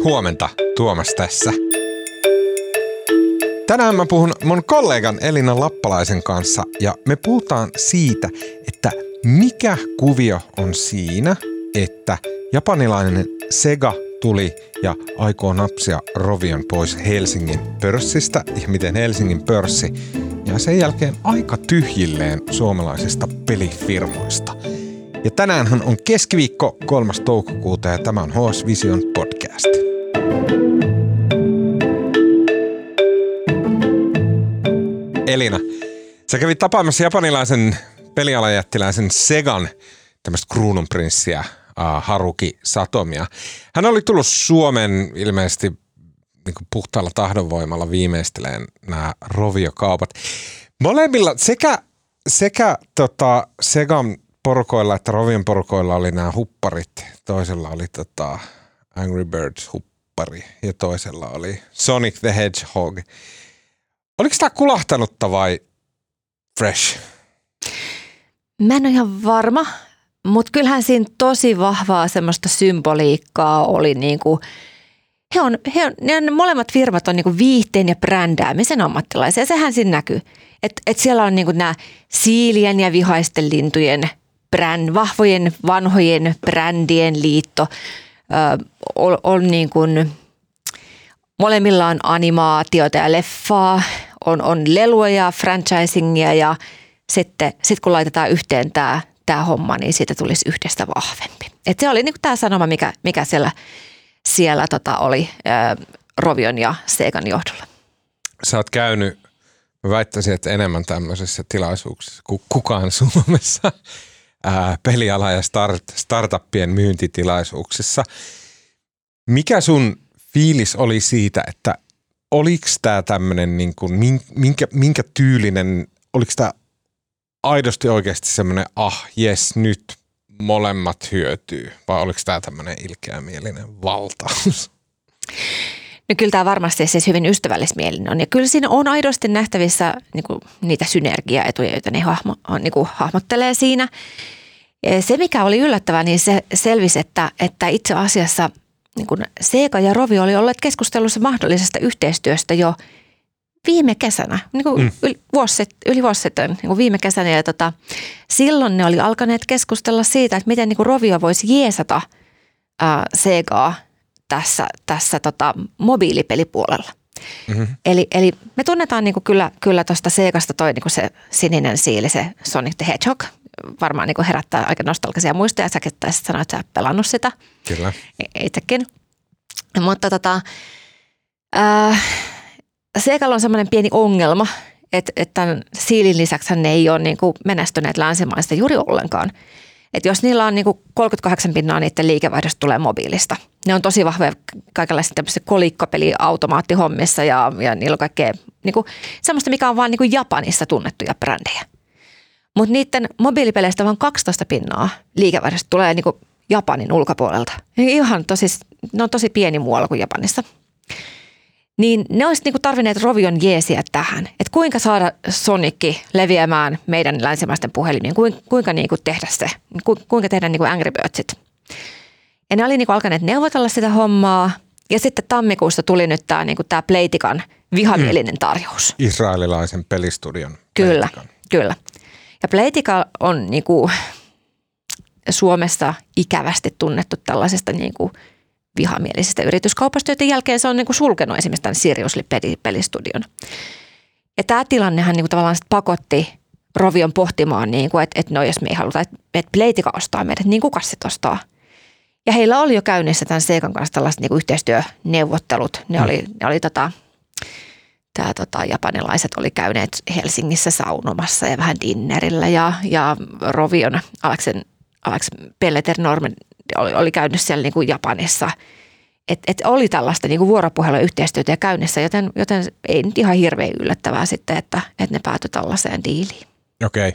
Huomenta, Tuomas tässä. Tänään mä puhun mun kollegan Elina Lappalaisen kanssa ja me puhutaan siitä, että mikä kuvio on siinä, että japanilainen Sega tuli ja aikoo napsia Rovion pois Helsingin pörssistä ja miten Helsingin pörssi ja sen jälkeen aika tyhjilleen suomalaisista pelifirmoista. Ja tänäänhän on keskiviikko 3. toukokuuta ja tämä on HS Vision podcast. Elina, sä kävit tapaamassa japanilaisen pelialajättiläisen Segan tämmöistä kruununprinssiä Haruki Satomia. Hän oli tullut Suomen ilmeisesti niin kuin puhtaalla tahdonvoimalla viimeisteleen nämä Rovio-kaupat. Molemmilla sekä Segan porukoilla että Rovion porukoilla oli nämä hupparit. Toisella oli Angry Birds huppari ja toisella oli Sonic the Hedgehog. Oliko tämä kulahtanutta vai fresh? Mä en ole ihan varma, mutta kyllähän siinä tosi vahvaa semmoista symboliikkaa oli niinku, ne molemmat firmat on niinku viihteen ja brändäämisen ammattilaisia. Sehän siinä näkyy, että siellä on niinku nämä siilien ja vihaisten lintujen vahvojen vanhojen brändien liitto. On niinku, molemmilla on animaatiota ja leffaa, on lelua ja franchisingia ja sitten kun laitetaan yhteen tämä homma, niin siitä tulisi yhdestä vahvempi. Et se oli niinku tämä sanoma, mikä siellä oli Rovion ja Segan johdolla. Sä oot käynyt, mä väittäisin, että enemmän tämmöisissä tilaisuuksissa kuin kukaan Suomessa, peliala- ja startuppien myyntitilaisuuksissa. Mikä sun fiilis oli siitä, että oliko tämä tämmöinen, niin kuin, minkä tyylinen, oliko tämä aidosti oikeasti semmoinen, jes, nyt molemmat hyötyy, vai oliko tämä tämmöinen ilkeämielinen valtaus? No kyllä tämä varmasti siis hyvin ystävällismielinen on, ja kyllä siinä on aidosti nähtävissä niin kuin niitä synergiaetuja, joita ne hahmottelee siinä. Ja se, mikä oli yllättävää, niin se selvisi, että itse asiassa niin kuin Sega ja Rovio oli olleet keskustelussa mahdollisesta yhteistyöstä jo viime kesänä, niin kuin yli vuosi sitten, niin kuin viime kesänä. Ja silloin ne oli alkaneet keskustella siitä, että miten niin kuin Rovio voisi jeesata Segaa tässä mobiilipelipuolella. Mm-hmm. Eli me tunnetaan niin kuin kyllä tuosta Segasta toi niin kuin se sininen siili, se Sonic the Hedgehog. Varmaan niin kuin herättää aika nostalgisia muistoja. Säkin taisit sanoa, että sä oot pelannut sitä. Kyllä. Itsekin. Mutta Segalla on semmoinen pieni ongelma, että tämän siilin lisäksi ne ei ole niin kuin menestyneet länsimaista juuri ollenkaan. Että jos niillä on niin kuin 38% niiden liikevaihdosta tulee mobiilista. Ne on tosi vahvoja kaikenlaisissa tämmöisissä kolikkopeli-automaattihommissa ja niillä on kaikkea niin kuin semmoista, mikä on vaan niin kuin Japanissa tunnettuja brändejä. Mutta niiden mobiilipeleistä vaan 12% liikevaihdosta tulee niin kuin Japanin ulkopuolelta. Ne on tosi pieni muualla kuin Japanissa. Niin ne olisi niin kuin tarvinneet Rovion jeesiä tähän, että kuinka saada Sonicki leviämään meidän länsimaisten puhelimiin, kuinka niin kuin tehdä se, kuinka tehdä niin kuin Angry Birdsit. Ja ne oli niin kuin alkaneet neuvotella sitä hommaa ja sitten tammikuussa tuli nyt tämä niin kuin Playtican vihamielinen tarjous. Israelilaisen pelistudion. Kyllä. Ja Playtica on niin kuin Suomessa ikävästi tunnettu tällaisesta niin kuin vihamielisestä yrityskaupasta, joiden jälkeen se on niin kuin sulkenut esimerkiksi tämän Seriously-pelistudion. Ja tämä tilannehan niin kuin tavallaan pakotti Rovion pohtimaan, niin kuin, että no jos me ei haluta, että Playtica ostaa meidät, niin kuka sitten ostaa? Ja heillä oli jo käynnissä tämän Segan kanssa tällaiset niin kuin yhteistyöneuvottelut. Ne oli japanilaiset oli käyneet Helsingissä saunomassa ja vähän dinnerillä ja Rovion Alex Pelleter-Norman oli käynyt siellä niin kuin Japanissa. Et oli tällaista niin kuin vuoropuhelua yhteistyötä ja käynnissä, joten ei nyt ihan hirveän yllättävää sitten, että ne päätyi tällaiseen diiliin. Okei.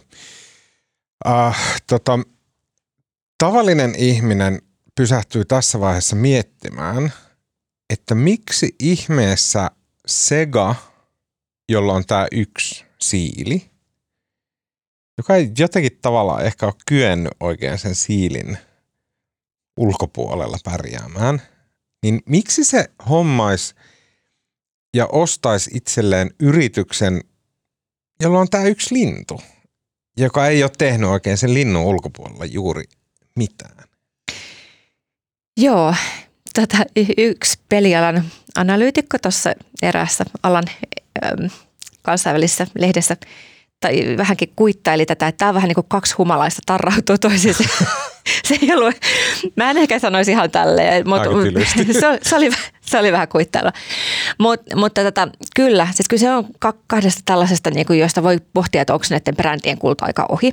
Tavallinen ihminen pysähtyy tässä vaiheessa miettimään, että miksi ihmeessä Sega, jolla on tämä yksi siili, joka ei jotenkin tavallaan ehkä ole kyennyt oikein sen siilin ulkopuolella pärjäämään, niin miksi se hommaisi ja ostaisi itselleen yrityksen, jolla on tämä yksi lintu, joka ei ole tehnyt oikein sen linnun ulkopuolella juuri mitään? Joo, yksi pelialan analyytikko tuossa eräässä alan kansainvälisessä lehdessä tai vähänkin kuittaili tätä, että tämä on vähän niin kuin kaksi humalaista tarrautua toisiinsa. Se ei ollut, mä en ehkä sanoisi ihan tälleen, mutta se oli vähän kuittailua. Mutta kyllä, siis kyllä se on kahdesta tällaisesta, niin kuin, joista voi pohtia, että onko näiden brändien kulta-aika ohi.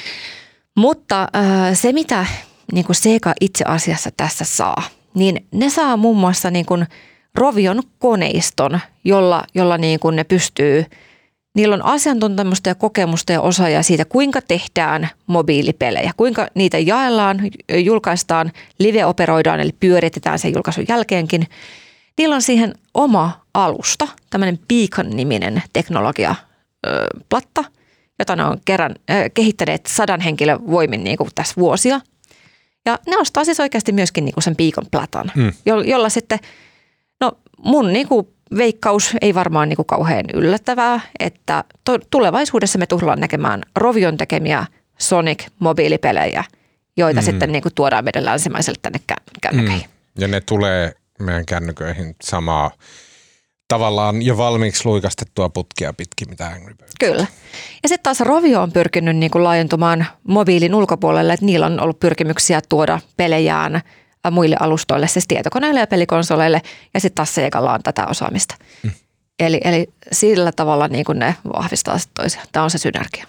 Mutta se, mitä niin kuin Sega itse asiassa tässä saa, niin ne saa muun muassa niin kuin Rovion koneiston, jolla niin kuin ne pystyy. Niillä on asiantuntemusta ja kokemusta ja osaajia siitä, kuinka tehdään mobiilipelejä, kuinka niitä jaellaan, julkaistaan, live-operoidaan eli pyöritetään sen julkaisun jälkeenkin. Niillä on siihen oma alusta, tämmöinen Beacon-niminen teknologiaplatta, jota ne on kerran kehittäneet 100 henkilön voimin niin kuin tässä vuosia. Ja ne ostaa siis oikeasti myöskin niin kuin sen Beacon-platan, jolla sitten, no mun niin kuin veikkaus ei varmaan niin kuin kauhean yllättävää, että tulevaisuudessa me tullaan näkemään Rovion tekemiä Sonic-mobiilipelejä, joita sitten niin kuin tuodaan meidän länsimaiselle tänne kännyköihin. Ja ne tulee meidän kännyköihin samaa tavallaan jo valmiiksi luikastettua putkia pitkin, mitä Angry Birds. Kyllä. Ja sitten taas Rovio on pyrkinyt niin kuin laajentumaan mobiilin ulkopuolelle, että niillä on ollut pyrkimyksiä tuoda pelejään muille alustoille, siis tietokoneille ja pelikonsoleille, ja sitten taas Segalla on tätä osaamista. Eli sillä tavalla niin kuin ne vahvistaa toisiaan. Tämä on se synergia.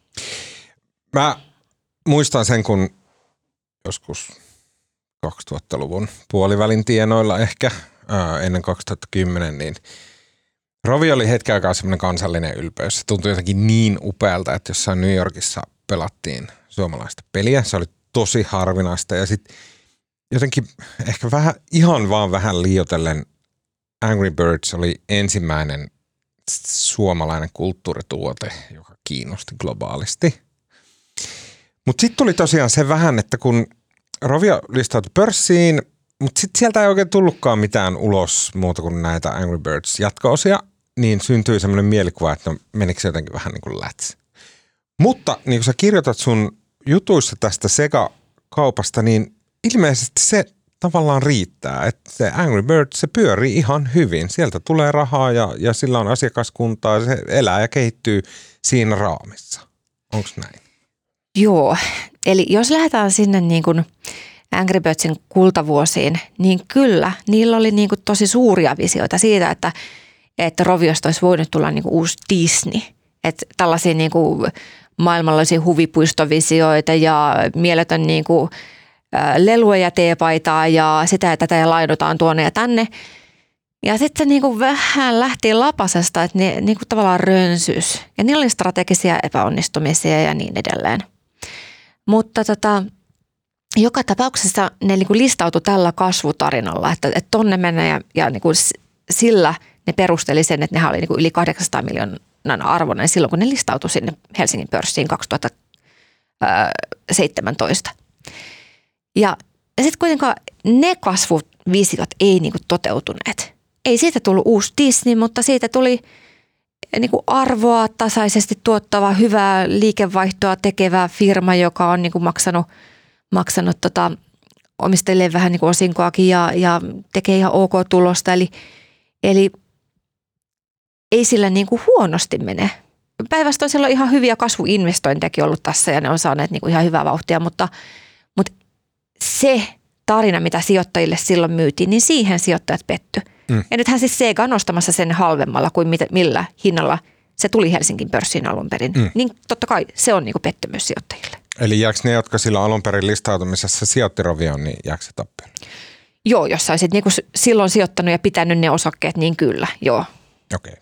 Mä muistan sen, kun joskus 2000-luvun puolivälin tienoilla ehkä, ennen 2010, niin Rovio oli hetken aikaa semmoinen kansallinen ylpeys. Se tuntui jotenkin niin upealta, että jossain New Yorkissa pelattiin suomalaista peliä. Se oli tosi harvinaista ja sitten jotenkin ehkä ihan vaan vähän liioitellen Angry Birds oli ensimmäinen suomalainen kulttuurituote, joka kiinnosti globaalisti. Mutta sitten tuli tosiaan se vähän, että kun Rovio listautui pörssiin, mutta sitten sieltä ei oikein tullutkaan mitään ulos muuta kuin näitä Angry Birds jatko-osia, niin syntyi semmoinen mielikuva, että no menikö se jotenkin vähän niin kuin läts. Mutta niin kuin sä kirjoitat sun jutuissa tästä Sega-kaupasta, niin ilmeisesti se tavallaan riittää, että se Angry Birds, se pyörii ihan hyvin. Sieltä tulee rahaa ja sillä on asiakaskuntaa ja se elää ja kehittyy siinä raamissa. Onko näin? Joo, eli jos lähdetään sinne niin kuin Angry Birdsin kultavuosiin, niin kyllä, niillä oli niin kuin tosi suuria visioita siitä, että Roviosta olisi voinut tulla niin kuin uusi Disney. Että tällaisia niin kuin maailmanlaisia huvipuistovisioita ja mieletön niin kuin lelua ja teepaitaa ja sitä ja tätä ja lainotaan tuonne ja tänne. Ja sitten se niinku vähän lähti lapasesta, että ne niinku tavallaan rönsys. Ja niillä oli strategisia epäonnistumisia ja niin edelleen. Mutta joka tapauksessa ne niinku listautui tällä kasvutarinalla, että tonne mennä ja niinku sillä ne perusteli sen, että nehän oli niinku yli 800 miljoonan arvoinen silloin, kun ne listautui sinne Helsingin pörssiin 2017. Ja sitten kuitenkaan ne kasvuvisiot ei niinku toteutuneet. Ei siitä tullut uusi Disney, mutta siitä tuli niinku arvoa tasaisesti tuottava, hyvää liikevaihtoa tekevä firma, joka on niinku maksanut omistajille vähän niinku osinkoakin ja tekee ihan ok tulosta. Eli ei sillä niinku huonosti mene. Päinvastoin siellä on ihan hyviä kasvuinvestointejakin ollut tässä ja ne on saaneet niinku ihan hyvää vauhtia, mutta se tarina, mitä sijoittajille silloin myytiin, niin siihen sijoittajat petty. Ja nythän siis Sega on nostamassa sen halvemmalla kuin millä hinnalla se tuli Helsingin pörssiin alun perin. Niin totta kai se on niinku pettymys sijoittajille. Eli jääkö ne, jotka silloin alun perin listautumisessa sijoitti Rovioon, niin jääkö se tappiolle? Joo, jos sä olisit niinku silloin sijoittanut ja pitänyt ne osakkeet, niin kyllä, joo. Okei.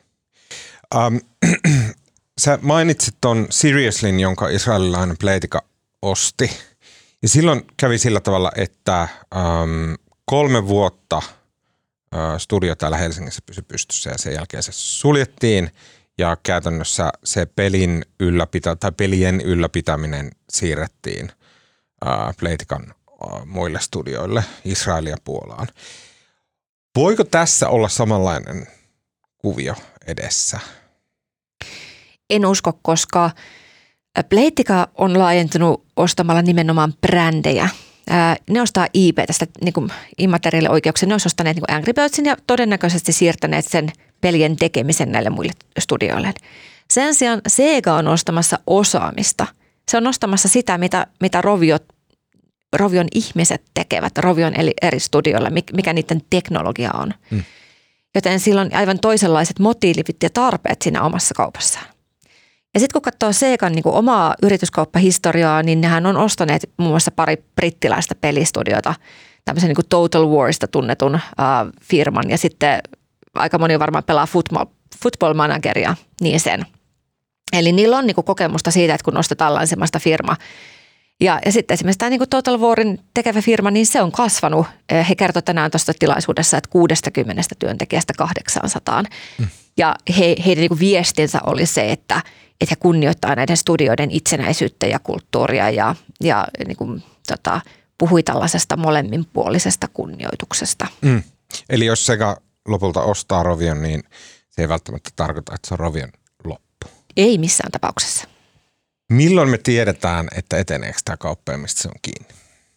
Sä mainitsit ton Seriouslyn, jonka israelilainen Playtika osti. Ja silloin kävi sillä tavalla, että 3 vuotta studio täällä Helsingissä pysyi pystyssä ja sen jälkeen se suljettiin ja käytännössä se pelien ylläpitäminen siirrettiin Playtikan muille studioille Israelia Puolaan. Voiko tässä olla samanlainen kuvio edessä? En usko, koska Playtika on laajentunut ostamalla nimenomaan brändejä. Ne ostaa IP-tästä niin immateriaalioikeuksia. Ne olisi ostaneet niin Angry Birdsin ja todennäköisesti siirtäneet sen pelien tekemisen näille muille studioille. Sen sijaan Sega on ostamassa osaamista. Se on ostamassa sitä, mitä Rovion ihmiset tekevät Rovion eli eri studioilla, mikä niiden teknologia on. Joten sillä on aivan toisenlaiset motiivit ja tarpeet siinä omassa kaupassaan. Ja sitten kun katsoo Segan niin omaa yrityskauppahistoriaa, niin nehän on ostaneet muun muassa pari brittiläistä pelistudiota, tämmöisen niin Total Warista tunnetun firman ja sitten aika moni varmaan pelaa football manageria, niin sen. Eli niillä on niin kokemusta siitä, että kun ostetaan länsimaista firmaa. Ja sitten esimerkiksi tämä niin Total Warin tekevä firma, niin se on kasvanut. He kertovat tänään tuossa tilaisuudessa, että 60 työntekijästä 800. Ja heidän niin viestinsä oli se, että he kunnioittaa näiden studioiden itsenäisyyttä ja kulttuuria ja niin kuin, puhui tällaisesta molemminpuolisesta kunnioituksesta. Eli jos Sega lopulta ostaa Rovion, niin se ei välttämättä tarkoita, että se on Rovion loppu. Ei missään tapauksessa. Milloin me tiedetään, että eteneekö tämä kauppa ja mistä se on kiinni?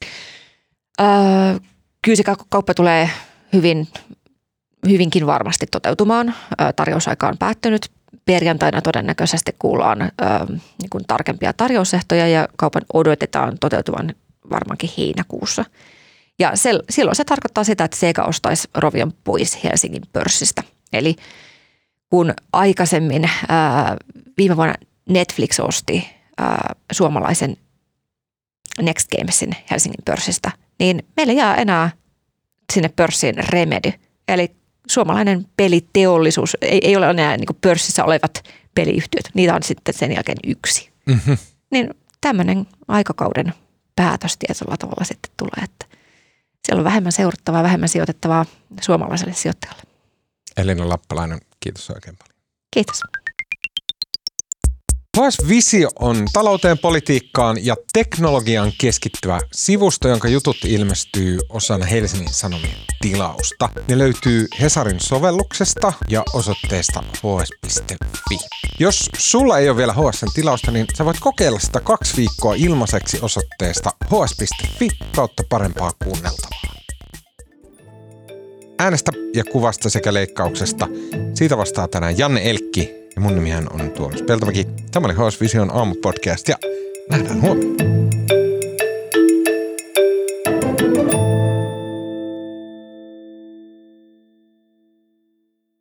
Kyllä se kauppa tulee hyvinkin varmasti toteutumaan. Tarjousaika on päättynyt. Perjantaina todennäköisesti kuullaan niin kuin tarkempia tarjousehtoja ja kaupan odotetaan toteutuvan varmaankin heinäkuussa. Ja silloin se tarkoittaa sitä, että Sega ostaisi Rovion pois Helsingin pörssistä. Eli kun aikaisemmin viime vuonna Netflix osti suomalaisen Next Gamesin Helsingin pörssistä, niin meillä jää enää sinne pörssiin Remedy. Eli suomalainen peliteollisuus ei ole enää niin kuin pörssissä olevat peliyhtiöt. Niitä on sitten sen jälkeen yksi. Niin tämmöinen aikakauden päätös tietyllä tavalla sitten tulee, että siellä on vähemmän seurattavaa, vähemmän sijoitettavaa suomalaiselle sijoittajalle. Elina Lappalainen, kiitos oikein paljon. Kiitos. HS Visio on talouteen, politiikkaan ja teknologiaan keskittyvä sivusto, jonka jutut ilmestyy osana Helsingin Sanomien tilausta. Ne löytyy Hesarin sovelluksesta ja osoitteesta hs.fi. Jos sulla ei ole vielä HS:n tilausta, niin sä voit kokeilla sitä 2 viikkoa ilmaiseksi osoitteesta hs.fi/parempaa kuunneltavaa. Äänestä ja kuvasta sekä leikkauksesta. Siitä vastaa tänään Janne Elkki. Ja mun nimihän on Tuomas Peltomäki. Tämä oli HS Vision aamupodcast ja nähdään huomenna.